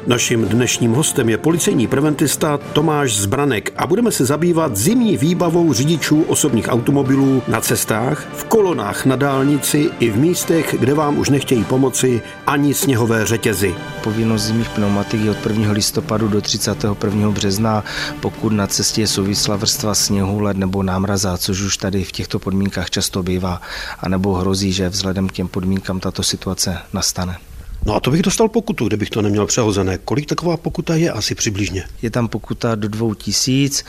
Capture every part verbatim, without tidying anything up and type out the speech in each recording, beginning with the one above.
Naším dnešním hostem je policejní preventista Tomáš Zbranek a budeme se zabývat zimní výbavou řidičů osobních automobilů na cestách, v kolonách na dálnici i v místech, kde vám už nechtějí pomoci ani sněhové řetězy. Povinnost zimních pneumatik je od prvního listopadu do třicátého prvního března, pokud na cestě je souvislá vrstva sněhu, led nebo námraza, což už tady v těchto podmínkách často bývá, anebo hrozí, že vzhledem k těm podmínkám tato situace nastane. No a to bych dostal pokutu, kdybych to neměl přehozené. Kolik taková pokuta je asi přibližně? Je tam pokuta do dvou tisíc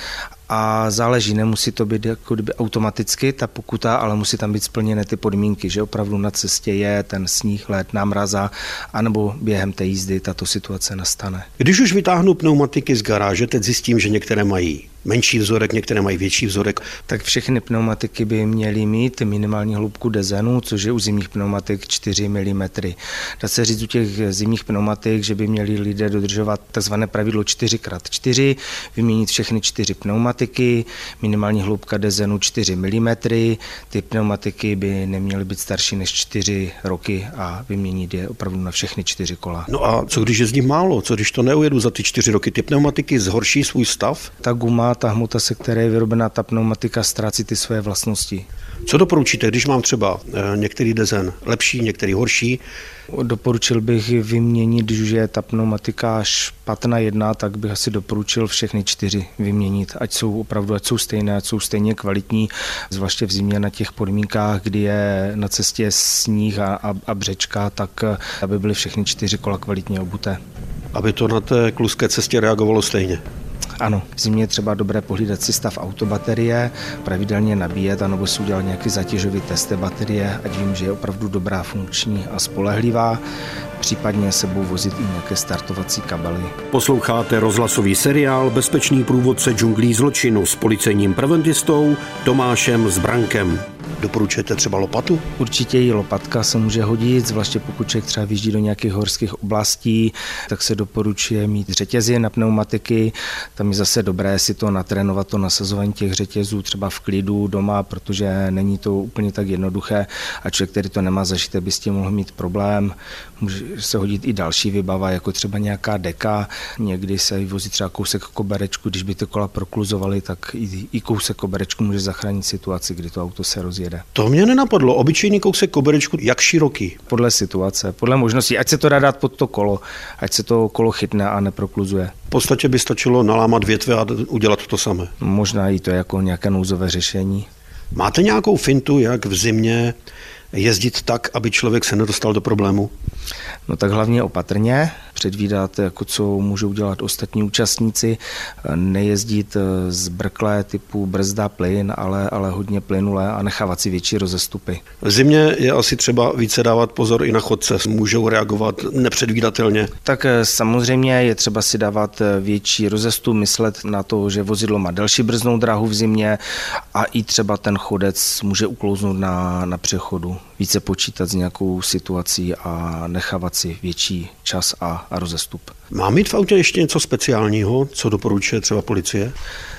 a záleží, nemusí to být jako kdyby automaticky ta pokuta, ale musí tam být splněné ty podmínky, že opravdu na cestě je ten sníh, led, námraza, anebo během té jízdy tato situace nastane. Když už vytáhnu pneumatiky z garáže, teď zjistím, že některé mají menší vzorek, některé mají větší vzorek. Tak všechny pneumatiky by měly mít minimální hloubku dezenu, což je u zimních pneumatik čtyři milimetry. Dá se říct u těch zimních pneumatik, že by měli lidé dodržovat tzv. Pravidlo čtyři krát čtyři, vyměnit všechny čtyři pneumatiky, minimální hloubka dezenu čtyři milimetry. Ty pneumatiky by neměly být starší než čtyři roky a vyměnit je opravdu na všechny čtyři kola. No a co když je z nich málo? Co když to neujedu za ty čtyři roky? Ty pneumatiky zhorší svůj stav? Ta guma, ta hmota, se které je vyrobená ta pneumatika, ztrácí ty své vlastnosti. Co doporučíte, když mám třeba některý dezen lepší, některý horší? Doporučil bych vyměnit, když už je ta pneumatika špatná jedna, tak bych asi doporučil všechny čtyři vyměnit, ať jsou opravdu, ať jsou stejné, ať jsou stejně kvalitní, zvláště v zimě na těch podmínkách, kdy je na cestě sníh a, a, a břečka, tak aby byly všechny čtyři kola kvalitně obuté. Aby to na té kluské cestě reagovalo stejně. Ano, v zimě je třeba dobré pohlídat si stav autobaterie, pravidelně nabíjet, anebo si udělat nějaký zátěžový test té baterie, ať vím, že je opravdu dobrá, funkční a spolehlivá, případně sebou vozit i nějaké startovací kabely. Posloucháte rozhlasový seriál Bezpečný průvodce džunglí zločinu s policejním preventistou Tomášem Zbrankem. Doporučujete třeba lopatu? Určitě i lopatka se může hodit, zvláště pokud člověk třeba vyjíždí do nějakých horských oblastí, tak se doporučuje mít řetězy na pneumatiky. Tam je zase dobré si to natrénovat, to nasazování těch řetězů třeba v klidu doma, protože není to úplně tak jednoduché a člověk, který to nemá zažité, by s tím mohl mít problém. Může se hodit i další vybava, jako třeba nějaká deka. Někdy se vozí třeba kousek koberečku, když by ty kola prokluzovaly, tak i, i kousek koberečku může zachránit situaci, kdy to auto se rozjede. To mě nenapadlo. Obyčejný kousek koberečku, jak široký? Podle situace, podle možností. Ať se to dá dát pod to kolo, ať se to kolo chytne a neprokluzuje. V podstatě by stačilo nalámat větve a udělat to samé. Možná i to jako nějaké nouzové řešení. Máte nějakou fintu, jak v zimě jezdit tak, aby člověk se nedostal do problému? No tak hlavně opatrně, předvídat, jako co můžou dělat ostatní účastníci, nejezdit zbrklé typu brzda, plyn, ale, ale hodně plynulé a nechávat si větší rozestupy. V zimě je asi třeba více dávat pozor i na chodce, můžou reagovat nepředvídatelně. Tak samozřejmě je třeba si dávat větší rozestup, myslet na to, že vozidlo má delší brzdnou dráhu v zimě a i třeba ten chodec může uklouznout na, na přechodu. Více počítat s nějakou situací a nechávat si větší čas a, a rozestup. Má mít v autě ještě něco speciálního, co doporučuje třeba policie?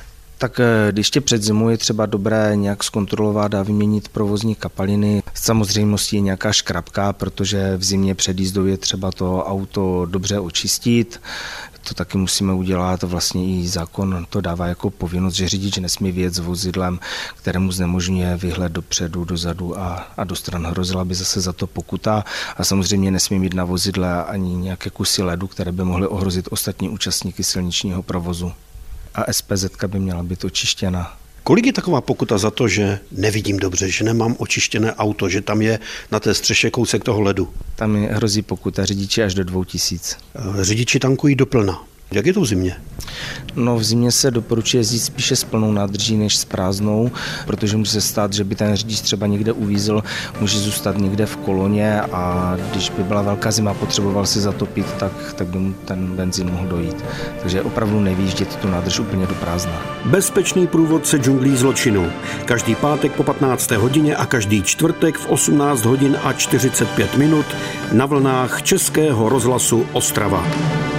Tak když tě před zimou je třeba dobré nějak zkontrolovat a vyměnit provozní kapaliny. Samozřejmostí je nějaká škrabka, protože v zimě před jízdou je třeba to auto dobře očistit. To taky musíme udělat, vlastně i zákon to dává jako povinnost, že řidič nesmí vyjet s vozidlem, kterému znemožňuje výhled dopředu, dozadu a, a do stran. Hrozila by zase za to pokuta a samozřejmě nesmí mít na vozidle ani nějaké kusy ledu, které by mohly ohrozit ostatní účastníky silničního provozu. A S P Z by měla být očištěna. Kolik je taková pokuta za to, že nevidím dobře, že nemám očištěné auto, že tam je na té střeše kousek toho ledu? Tam hrozí pokuta řidiči až do dvou tisíc. Řidiči tankují doplna. Jak je to v zimě? No v zimě se doporučuje jezdit spíše s plnou nádrží než s prázdnou, protože může se stát, že by ten řidič třeba někde uvízl, může zůstat někde v koloně a když by byla velká zima, potřeboval si zatopit, tak, tak by mu ten benzín mohl dojít. Takže opravdu nevyjíždět tu nádrž úplně do prázdna. Bezpečný průvodce džunglí zločinu. Každý pátek po patnácté hodině a každý čtvrtek v osmnáct hodin a čtyřicet pět minut na vlnách Českého rozhlasu Ostrava.